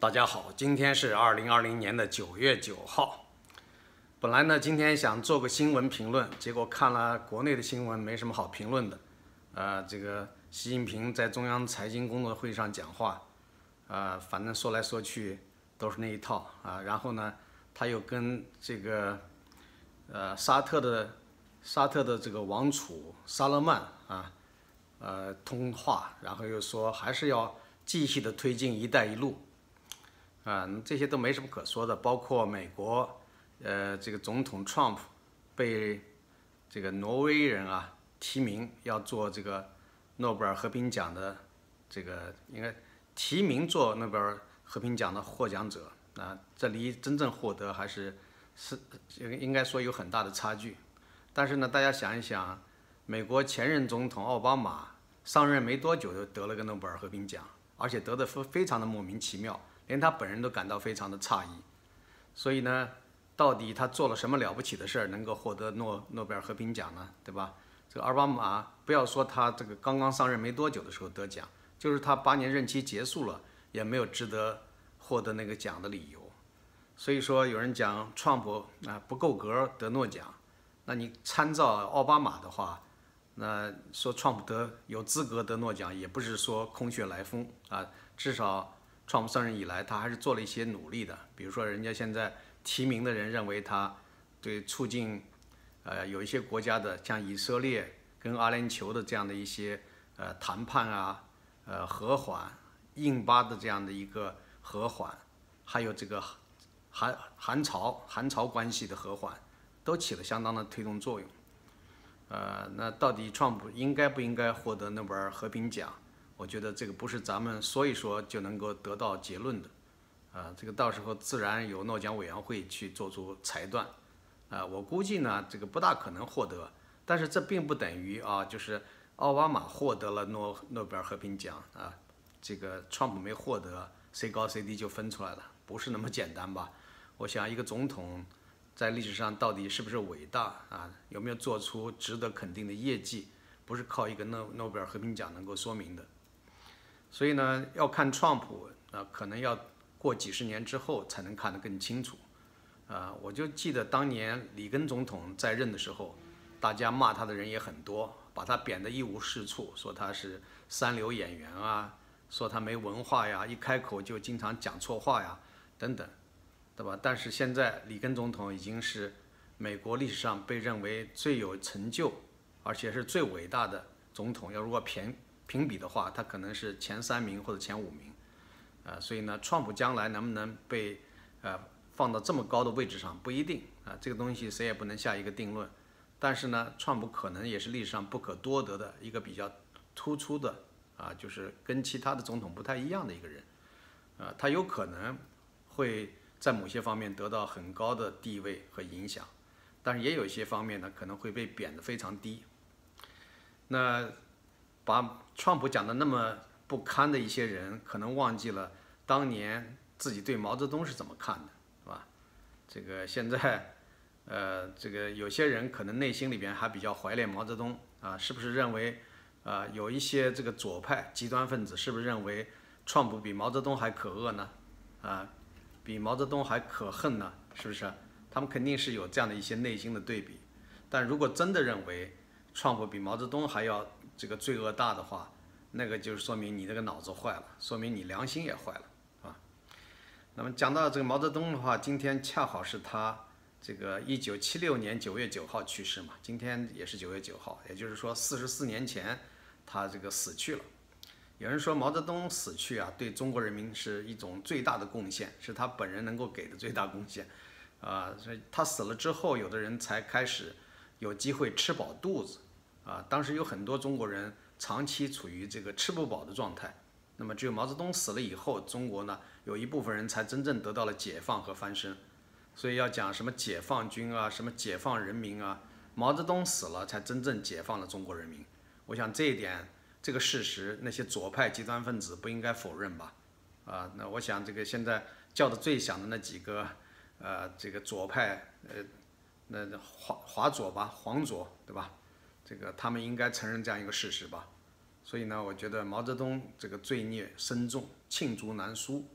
大家好，今天是2020年的9月9号。本来呢，今天想做个新闻评论，结果看了国内的新闻，没什么好评论的。这个习近平在中央财经工作会上讲话，反正说来说去都是那一套啊。然后呢，他又跟这个沙特的这个王储萨勒曼通话，然后又说还是要继续的推进“一带一路”。这些都没什么可说的，包括美国，这个总统 Trump 被这个挪威人提名要做这个诺贝尔和平奖的这个应该提名做诺贝尔和平奖的获奖者这离真正获得还是应该说有很大的差距。但是呢，大家想一想，美国前任总统奥巴马上任没多久就得了个诺贝尔和平奖，而且得的非常的莫名其妙。连他本人都感到非常的诧异，所以呢，到底他做了什么了不起的事儿，能够获得诺贝尔和平奖呢？对吧？这个奥巴马不要说他这个刚刚上任没多久的时候得奖，就是他8年任期结束了，也没有值得获得那个奖的理由。所以说，有人讲川普不够格得诺奖，那你参照奥巴马的话，那说川普有资格得诺奖，也不是说空穴来风至少。川普上任以来，他还是做了一些努力的。比如说，人家现在提名的人认为他对促进有一些国家的像以色列跟阿联酋的这样的一些谈判和缓，印巴的这样的一个和缓，还有这个韩朝关系的和缓，都起了相当的推动作用。那到底川普应该不应该获得诺贝尔和平奖？我觉得这个不是咱们说一说就能够得到结论的，这个到时候自然由诺奖委员会去做出裁断，我估计呢这个不大可能获得，但是这并不等于就是奥巴马获得了诺贝尔和平奖这个川普没获得，谁高谁低就分出来了，不是那么简单吧？我想一个总统在历史上到底是不是伟大有没有做出值得肯定的业绩，不是靠一个诺贝尔和平奖能够说明的。所以呢，要看川普可能要过几十年之后才能看得更清楚。我就记得当年里根总统在任的时候，大家骂他的人也很多，把他贬得一无是处，说他是三流演员说他没文化一开口就经常讲错话等等，对吧？但是现在里根总统已经是美国历史上被认为最有成就，而且是最伟大的总统。要如果评比的话，他可能是前3名或者前5名，所以呢，川普将来能不能被放到这么高的位置上不一定这个东西谁也不能下一个定论。但是呢，川普可能也是历史上不可多得的一个比较突出的就是跟其他的总统不太一样的一个人，他有可能会在某些方面得到很高的地位和影响，但是也有一些方面呢可能会被贬得非常低。那把川普讲的那么不堪的一些人，可能忘记了当年自己对毛泽东是怎么看的，是吧？这个现在，这个有些人可能内心里边还比较怀念毛泽东是不是认为，有一些这个左派极端分子是不是认为川普比毛泽东还可恶呢？比毛泽东还可恨呢？是不是？他们肯定是有这样的一些内心的对比。但如果真的认为川普比毛泽东还要这个罪恶大的话，那个就是说明你这个脑子坏了，说明你良心也坏了那么讲到这个毛泽东的话，今天恰好是他这个1976年9月9号去世嘛，今天也是9月9号，也就是说44年前他这个死去了。有人说毛泽东死去对中国人民是一种最大的贡献，是他本人能够给的最大贡献所以他死了之后，有的人才开始有机会吃饱肚子当时有很多中国人长期处于这个吃不饱的状态，那么只有毛泽东死了以后，中国呢有一部分人才真正得到了解放和翻身。所以要讲什么解放军什么解放人民毛泽东死了才真正解放了中国人民。我想这一点这个事实，那些左派极端分子不应该否认吧？那我想这个现在叫的最响的那几个这个左派那华左吧，黄左对吧？这个他们应该承认这样一个事实吧。所以呢，我觉得毛泽东这个罪孽深重，罄竹难书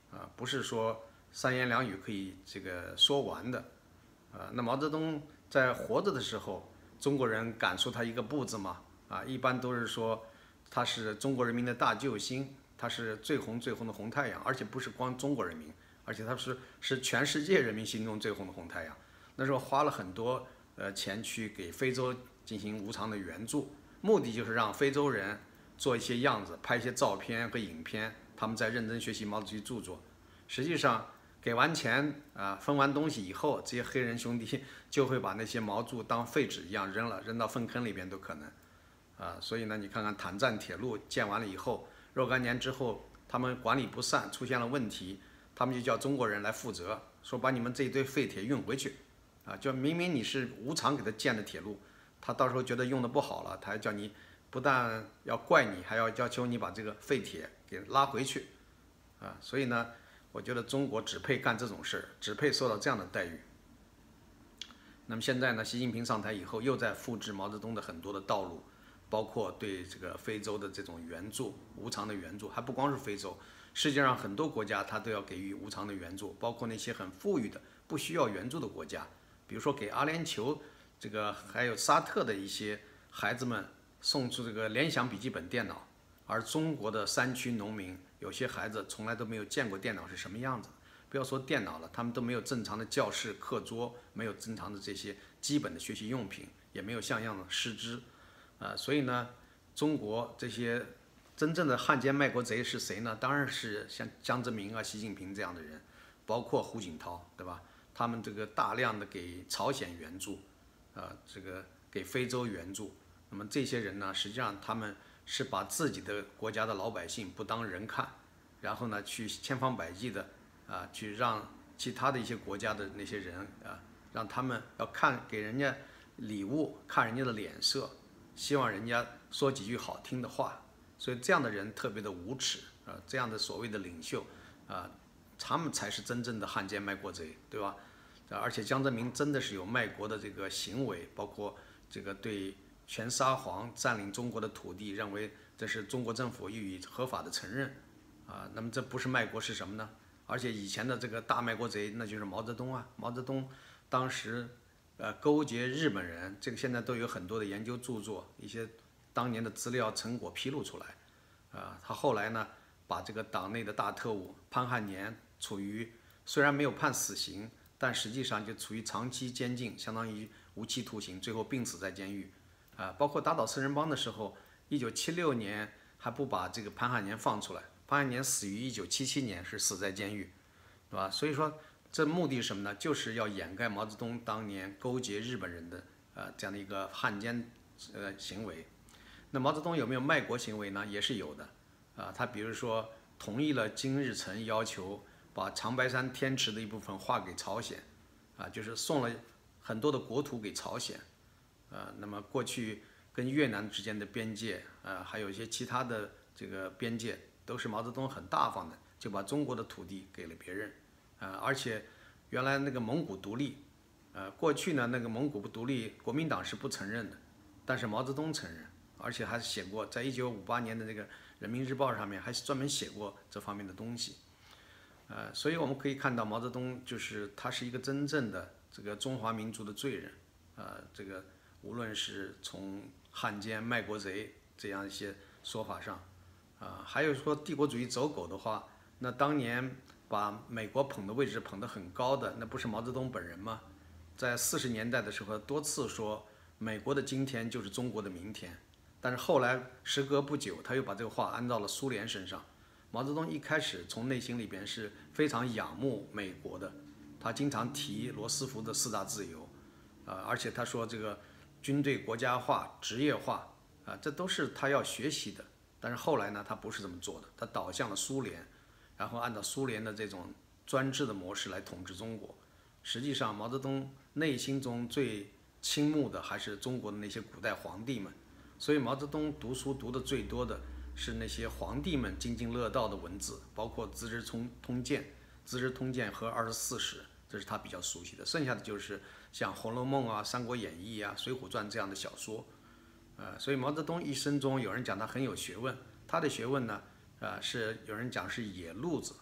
不是说三言两语可以这个说完的。那毛泽东在活着的时候，中国人敢说他一个不字吗？一般都是说他是中国人民的大救星，他是最红最红的红太阳，而且不是光中国人民，而且他是全世界人民心中最红的红太阳。那时候花了很多钱去给非洲进行无偿的援助，目的就是让非洲人做一些样子，拍一些照片和影片，他们在认真学习毛主席著作。实际上给完钱分完东西以后，这些黑人兄弟就会把那些毛著当废纸一样扔了，扔到粪坑里边都可能。所以呢，你看看坦赞铁路建完了以后，若干年之后，他们管理不善，出现了问题，他们就叫中国人来负责，说把你们这一堆废铁运回去。就明明你是无偿给他建的铁路，他到时候觉得用的不好了，他还叫你不但要怪你，还要要求你把这个废铁给拉回去。所以呢，我觉得中国只配干这种事儿，只配受到这样的待遇。那么现在呢，习近平上台以后，又在复制毛泽东的很多的道路，包括对这个非洲的这种援助，无偿的援助，还不光是非洲，世界上很多国家他都要给予无偿的援助，包括那些很富裕的不需要援助的国家，比如说给阿联酋这个还有沙特的一些孩子们送出这个联想笔记本电脑，而中国的山区农民有些孩子从来都没有见过电脑是什么样子，不要说电脑了，他们都没有正常的教室、课桌，没有正常的这些基本的学习用品，也没有像样的师资。所以呢，中国这些真正的汉奸卖国贼是谁呢？当然是像江泽民习近平这样的人，包括胡锦涛，对吧？他们这个大量的给朝鲜援助，这个给非洲援助。那么这些人呢，实际上他们是把自己的国家的老百姓不当人看，然后呢，去千方百计的去让其他的一些国家的那些人让他们要给人家礼物，看人家的脸色。希望人家说几句好听的话，所以这样的人特别的无耻这样的所谓的领袖他们才是真正的汉奸卖国贼，对吧？而且江泽民真的是有卖国的这个行为，包括这个对全沙皇占领中国的土地，认为这是中国政府予以合法的承认那么这不是卖国是什么呢？而且以前的这个大卖国贼那就是毛泽东毛泽东当时勾结日本人，这个现在都有很多的研究著作，一些当年的资料成果披露出来。他后来呢，把这个党内的大特务潘汉年处于虽然没有判死刑，但实际上就处于长期监禁，相当于无期徒刑，最后病死在监狱。包括打倒四人帮的时候，1976年还不把这个潘汉年放出来，潘汉年死于1977年，是死在监狱，对吧？所以说。这目的是什么呢？就是要掩盖毛泽东当年勾结日本人的这样的一个汉奸行为。那毛泽东有没有卖国行为呢？也是有的他比如说同意了金日成要求把长白山天池的一部分划给朝鲜就是送了很多的国土给朝鲜那么过去跟越南之间的边界还有一些其他的这个边界，都是毛泽东很大方的就把中国的土地给了别人。而且原来那个蒙古独立，过去呢那个蒙古不独立，国民党是不承认的，但是毛泽东承认，而且还写过，在1958年的那个《人民日报》上面还专门写过这方面的东西。所以我们可以看到毛泽东就是他是一个真正的这个中华民族的罪人，这个无论是从汉奸卖国贼这样一些说法上，还有说帝国主义走狗的话，那当年。把美国捧的位置捧得很高的，那不是毛泽东本人吗？在40年代的时候，多次说美国的今天就是中国的明天，但是后来时隔不久，他又把这个话安到了苏联身上。毛泽东一开始从内心里边是非常仰慕美国的，他经常提罗斯福的4大自由，而且他说这个军队国家化、职业化这都是他要学习的。但是后来呢，他不是这么做的，他倒向了苏联。然后按照苏联的这种专制的模式来统治中国。实际上，毛泽东内心中最倾慕的还是中国的那些古代皇帝们。所以毛泽东读书读的最多的是那些皇帝们津津乐道的文字，包括《资治通鉴》、《资治通鉴》和《24史》，这是他比较熟悉的。剩下的就是像《红楼梦》《三国演义》《水浒传》这样的小说。所以毛泽东一生中，有人讲他很有学问，他的学问呢。是有人讲是野路子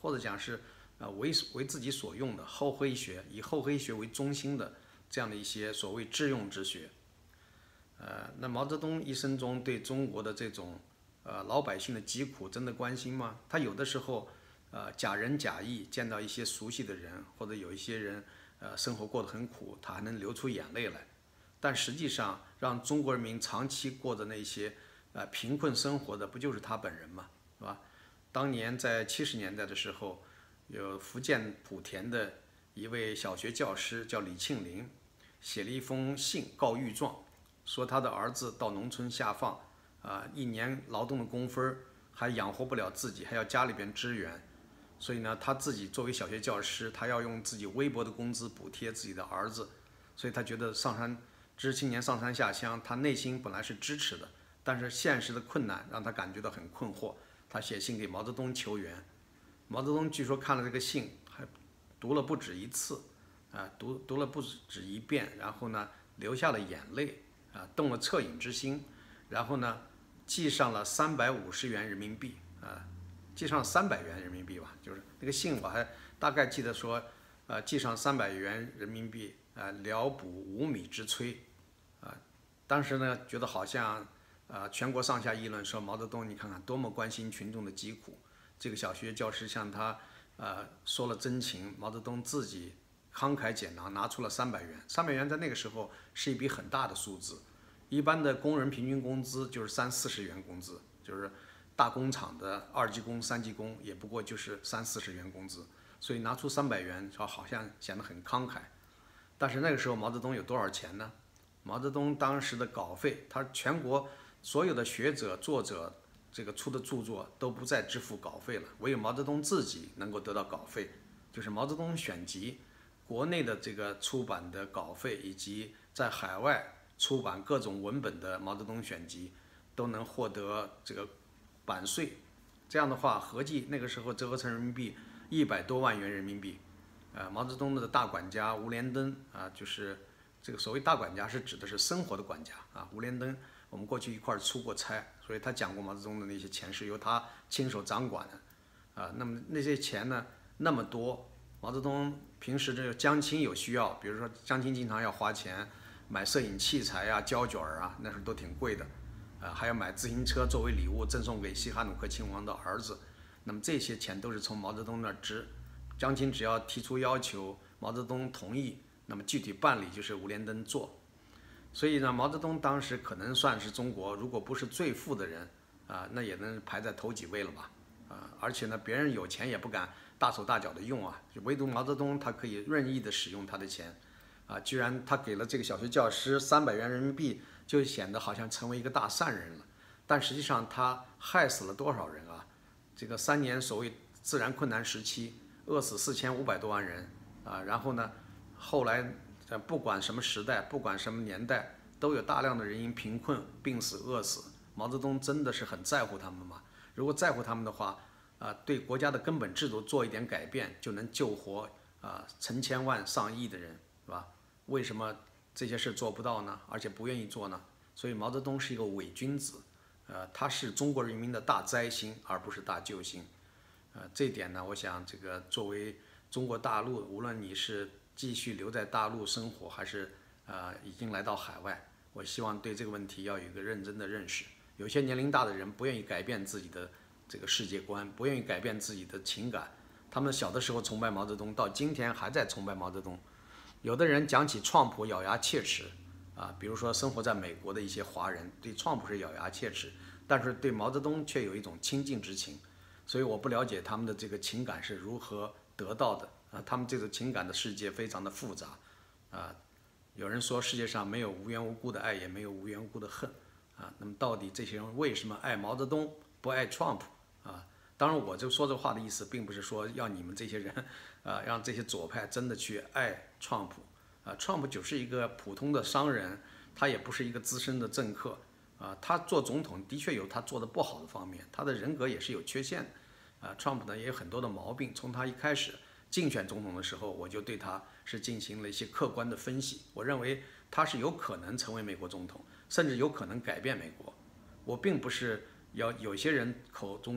或者讲是为自己所用的厚黑学，以厚黑学为中心的这样的一些所谓致用之学。那毛泽东一生中对中国的这种老百姓的疾苦真的关心吗？他有的时候假仁假义，见到一些熟悉的人，或者有一些人生活过得很苦，他还能流出眼泪来。但实际上，让中国人民长期过着那些贫困生活的，不就是他本人吗？是吧？当年在70年代的时候，有福建莆田的一位小学教师叫李庆林，写了一封信告御状，说他的儿子到农村下放，1年劳动的工分还养活不了自己，还要家里边支援，所以呢，他自己作为小学教师，他要用自己微薄的工资补贴自己的儿子，所以他觉得知青年上山下乡，他内心本来是支持的，但是现实的困难让他感觉到很困惑。他写信给毛泽东求援，毛泽东据说看了这个信，还读了不止一次，读了不止一遍，然后呢流下了眼泪，动了恻隐之心，然后呢寄上了350元人民币，寄上300元人民币吧，就是那个信我还大概记得说，寄上300元人民币，疗补5米之炊，当时呢觉得好像。全国上下议论说毛泽东，你看看多么关心群众的疾苦。这个小学教师向他说了真情，毛泽东自己慷慨解囊，拿出了300元。300元在那个时候是一笔很大的数字，一般的工人平均工资就是30-40元工资，就是大工厂的2级工、3级工也不过就是30-40元工资，所以拿出300元，好像显得很慷慨。但是那个时候毛泽东有多少钱呢？毛泽东当时的稿费，他全国所有的学者、作者这个出的著作都不再支付稿费了，唯有毛泽东自己能够得到稿费，就是毛泽东选集，国内的这个出版的稿费，以及在海外出版各种文本的毛泽东选集，都能获得这个版税。这样的话，合计那个时候折合成人民币100多万元人民币。毛泽东的大管家吴连登就是这个所谓大管家是指的是生活的管家吴连登。我们过去一块儿出过差，所以他讲过毛泽东的那些钱是由他亲手掌管的，那么那些钱呢那么多，毛泽东平时这个江青有需要，比如说江青经常要花钱买摄影器材胶卷那时候都挺贵的，还要买自行车作为礼物赠送给西哈努克亲王的儿子，那么这些钱都是从毛泽东那儿支，江青只要提出要求，毛泽东同意，那么具体办理就是吴连登做。所以呢，毛泽东当时可能算是中国如果不是最富的人那也能排在头几位了吧，而且呢，别人有钱也不敢大手大脚的用就唯独毛泽东他可以任意的使用他的钱居然他给了这个小学教师300元人民币，就显得好像成为一个大善人了，但实际上他害死了多少人这个3年所谓自然困难时期，饿死4500多万人然后呢，后来。不管什么时代，不管什么年代，都有大量的人因贫困病死、饿死。毛泽东真的是很在乎他们吗？如果在乎他们的话，对国家的根本制度做一点改变，就能救活成千万上亿的人，是吧？为什么这些事做不到呢？而且不愿意做呢？所以毛泽东是一个伪君子，他是中国人民的大灾星，而不是大救星。这一点呢，我想这个作为中国大陆，无论你是继续留在大陆生活，还是已经来到海外，我希望对这个问题要有一个认真的认识。有些年龄大的人不愿意改变自己的这个世界观，不愿意改变自己的情感，他们小的时候崇拜毛泽东，到今天还在崇拜毛泽东。有的人讲起川普咬牙切齿比如说生活在美国的一些华人对川普是咬牙切齿，但是对毛泽东却有一种亲近之情。所以我不了解他们的这个情感是如何得到的他们这个情感的世界非常的复杂有人说世界上没有无缘无故的爱，也没有无缘无故的恨那么到底这些人为什么爱毛泽东不爱川普当然我就说这话的意思并不是说要你们这些人让这些左派真的去爱川普川普就是一个普通的商人，他也不是一个资深的政客他做总统的确有他做的不好的方面，他的人格也是有缺陷的川普呢也有很多的毛病，从他一开始竞选总统的时候，我就对他是进行了一些客观的分析。我认为他是有可能成为美国总统，甚至有可能改变美国。我并不是有些人口中的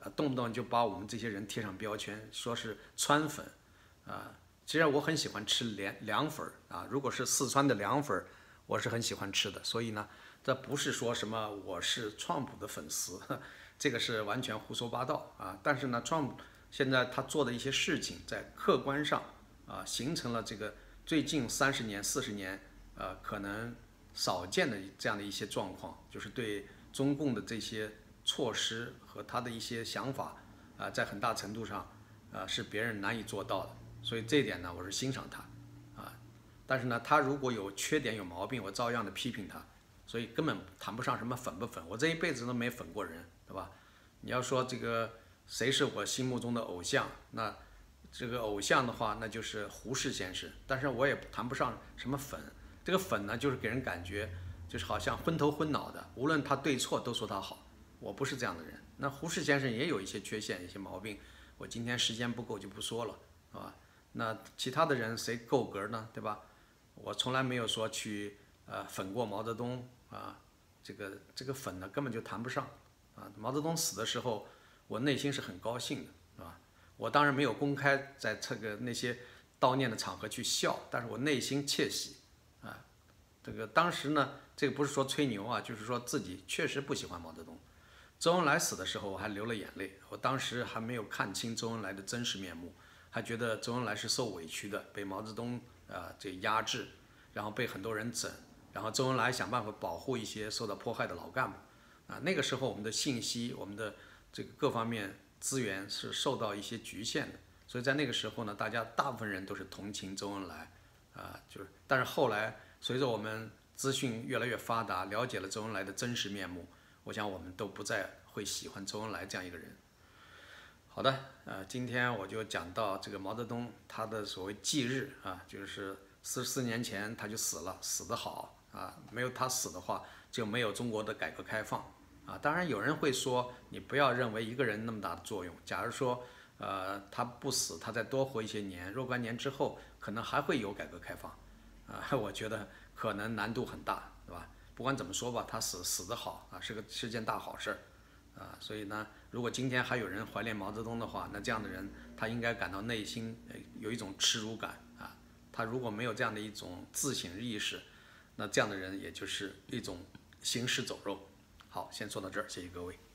动不动就把我们这些人贴上标签，说是川粉，其实我很喜欢吃凉粉啊，如果是四川的凉粉，我是很喜欢吃的。所以呢，这不是说什么我是川普的粉丝，这个是完全胡说八道啊。但是呢，川普现在他做的一些事情，在客观上形成了这个最近30年、40年可能少见的这样的一些状况，就是对中共的这些措施和他的一些想法在很大程度上是别人难以做到的。所以这一点呢，我是欣赏他但是呢，他如果有缺点有毛病，我照样的批评他。所以根本谈不上什么粉不粉，我这一辈子都没粉过人，对吧？你要说这个谁是我心目中的偶像，那这个偶像的话，那就是胡适先生。但是我也谈不上什么粉，这个粉呢，就是给人感觉就是好像昏头昏脑的，无论他对错都说他好。我不是这样的人。那胡适先生也有一些缺陷，一些毛病，我今天时间不够就不说了，是吧？那其他的人谁够格呢？对吧？我从来没有说去粉过毛泽东这个粉呢根本就谈不上毛泽东死的时候，我内心是很高兴的我当然没有公开在这个那些悼念的场合去笑，但是我内心窃喜这个当时呢，这个不是说吹牛就是说自己确实不喜欢毛泽东。周恩来死的时候，我还流了眼泪。我当时还没有看清周恩来的真实面目，还觉得周恩来是受委屈的，被毛泽东这压制，然后被很多人整，然后周恩来想办法保护一些受到迫害的老干部那个时候我们的信息，我们的这个各方面资源是受到一些局限的，所以在那个时候呢，大部分人都是同情周恩来但是后来随着我们资讯越来越发达，了解了周恩来的真实面目，我想我们都不再会喜欢周恩来这样一个人。好的，今天我就讲到这个毛泽东他的所谓忌日就是44年前他就死了，死得好没有他死的话，就没有中国的改革开放当然有人会说，你不要认为一个人那么大的作用。假如说他不死，他再多活一些年，若干年之后，可能还会有改革开放我觉得可能难度很大，对吧？不管怎么说吧，他死得好是件大好事所以呢，如果今天还有人怀念毛泽东的话，那这样的人他应该感到内心有一种耻辱感他如果没有这样的一种自省意识，那这样的人也就是一种行尸走肉。好，先说到这儿，谢谢各位。